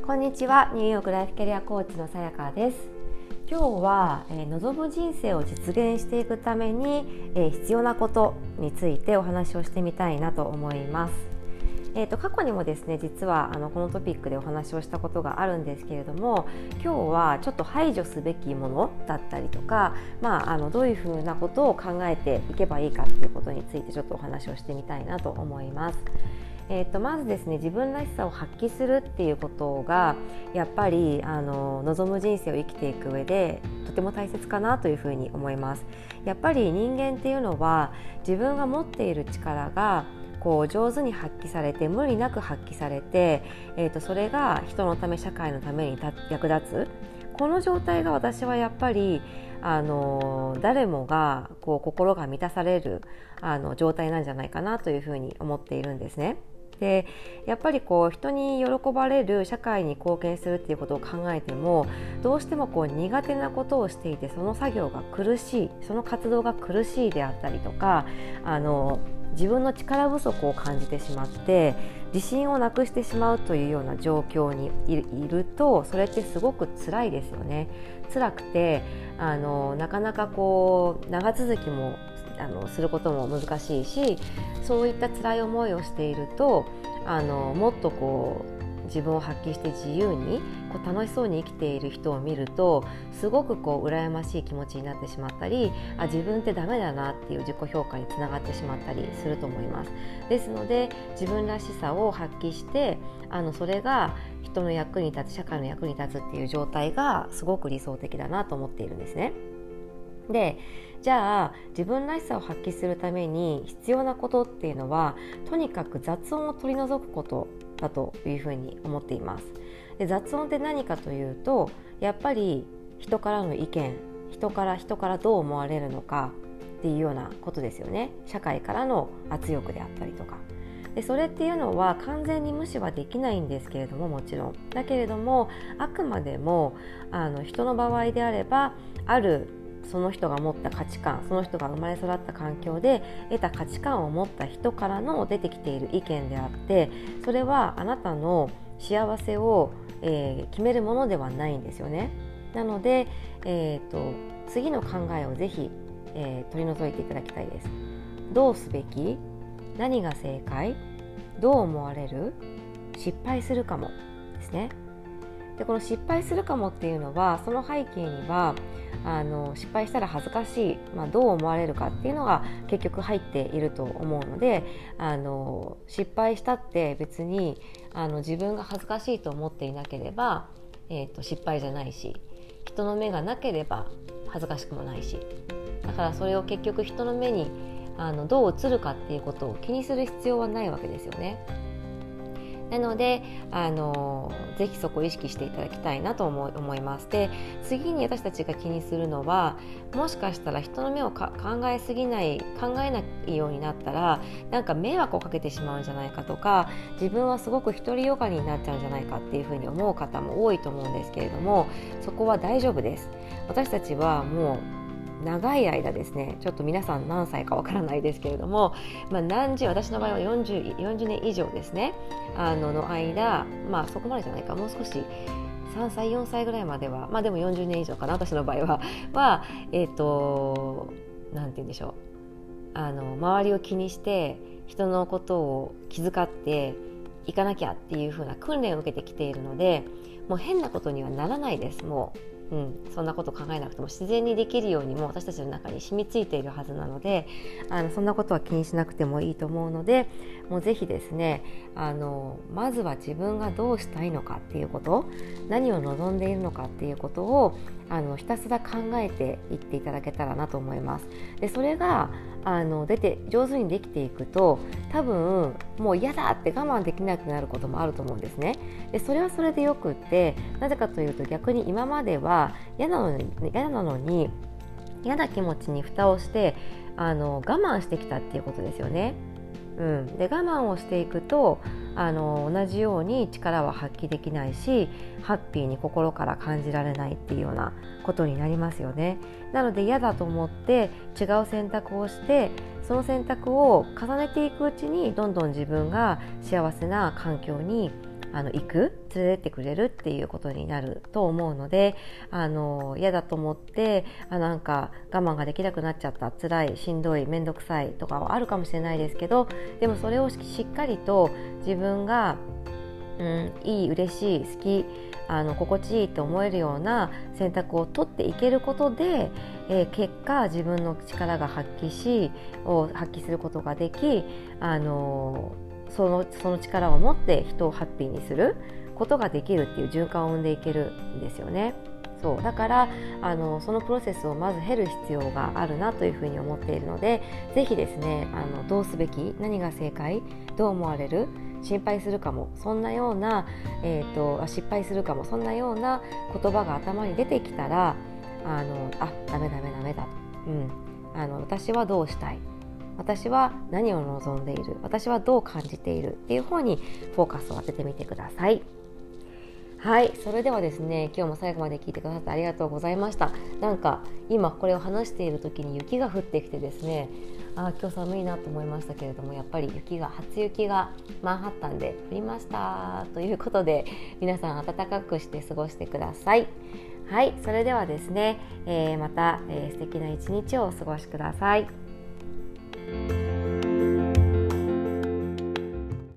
こんにちは。ニューヨークライフキャリアコーチのさやかです。今日は、望む人生を実現していくために、必要なことについてお話をしてみたいなと思います。過去にもですね、実はこのトピックでお話をしたことがあるんですけれども、今日はちょっと排除すべきものだったりとか、どういうふうなことを考えていけばいいかっていうことについてちょっとお話をしてみたいなと思います。まずですね、自分らしさを発揮するっていうことがやっぱり望む人生を生きていく上でとても大切かなというふうに思います。やっぱり人間っていうのは自分が持っている力が上手に発揮されて、無理なく発揮されて、それが人のため社会のために役立つ、この状態が私はやっぱり誰もが心が満たされる状態なんじゃないかなというふうに思っているんですね。でやっぱり人に喜ばれる社会に貢献するっていうことを考えても、どうしても苦手なことをしていて、その作業が苦しい、その活動が苦しいであったりとか、自分の力不足を感じてしまって自信をなくしてしまうというような状況にいると、それってすごく辛いですよね。辛くてなかなか長続きもすることも難しいし、そういった辛い思いをしているともっと自分を発揮して自由に楽しそうに生きている人を見ると、すごく羨ましい気持ちになってしまったり、自分ってダメだなっていう自己評価につながってしまったりすると思います。ですので自分らしさを発揮してそれが人の役に立つ、社会の役に立つっていう状態がすごく理想的だなと思っているんですね。でじゃあ自分らしさを発揮するために必要なことっていうのは、とにかく雑音を取り除くことだというふうに思っています。で雑音って何かというと、やっぱり人からの意見、人からどう思われるのかっていうようなことですよね。社会からの圧力であったりとかで、それっていうのは完全に無視はできないんですけれども、もちろんだけれども、あくまでも人の場合であれば、あるその人が持った価値観、その人が生まれ育った環境で得た価値観を持った人からの出てきている意見であって、それはあなたの幸せを、決めるものではないんですよね。なので、次の考えをぜひ、取り除いていただきたいです。どうすべき、何が正解、どう思われる、失敗するかもですね。でこの失敗するかもっていうのは、その背景には失敗したら恥ずかしい、どう思われるかっていうのが結局入っていると思うので、失敗したって別に自分が恥ずかしいと思っていなければ、失敗じゃないし、人の目がなければ恥ずかしくもないし、だからそれを結局人の目にどう映るかっていうことを気にする必要はないわけですよね。なのでぜひそこを意識していただきたいなと思います。で次に私たちが気にするのは、もしかしたら人の目を考えないようになったらなんか迷惑をかけてしまうんじゃないかとか、自分はすごく独りよがりになっちゃうんじゃないかっていうふうに思う方も多いと思うんですけれども、そこは大丈夫です。私たちはもう長い間ですね、ちょっと皆さん何歳かわからないですけれども、私の場合は40年以上ですねの間、そこまでじゃないか、もう少し3歳4歳ぐらいまでは、でも40年以上かな、私の場合はなんて言うんでしょう、周りを気にして人のことを気遣っていかなきゃっていう風な訓練を受けてきているので、もう変なことにはならないです。もうそんなこと考えなくても自然にできるようにも私たちの中に染みついているはずなので、そんなことは気にしなくてもいいと思うので、もうぜひですねまずは自分がどうしたいのかっていうこと、何を望んでいるのかっていうことをひたすら考えていっていただけたらなと思います。でそれが上手にできていくと、多分もう嫌だって我慢できなくなることもあると思うんですね。でそれはそれでよくって、なぜかというと、逆に今までは嫌なのに嫌な気持ちに蓋をして我慢してきたっていうことですよね。で我慢をしていくと同じように力は発揮できないし、ハッピーに心から感じられないっていうようなことになりますよね。なので嫌だと思って違う選択をして、その選択を重ねていくうちにどんどん自分が幸せな環境に連れてってくれるっていうことになると思うので、嫌だと思ってなんか我慢ができなくなっちゃった、辛い、しんどい、めんどくさいとかはあるかもしれないですけど、でもそれをしっかりと自分がいい、嬉しい、好き、心地いいと思えるような選択を取っていけることで、結果自分の力が発揮することができ、その力を持って人をハッピーにすることができるっていう循環を生んでいけるんですよね。そうだからそのプロセスをまず経る必要があるなというふうに思っているので、ぜひですねどうすべき、何が正解、どう思われる、心配するかも、そんなような、失敗するかも、そんなような言葉が頭に出てきたらダメだと、私はどうしたい、私は何を望んでいる、私はどう感じているっていう方にフォーカスを当ててみてください。はい、それではですね、今日も最後まで聞いてくださってありがとうございました。なんか今これを話している時に雪が降ってきてですね、今日寒いなと思いましたけれども、やっぱり初雪がマンハッタンで降りましたということで、皆さん暖かくして過ごしてください。はい、それではですね、また、素敵な一日をお過ごしください。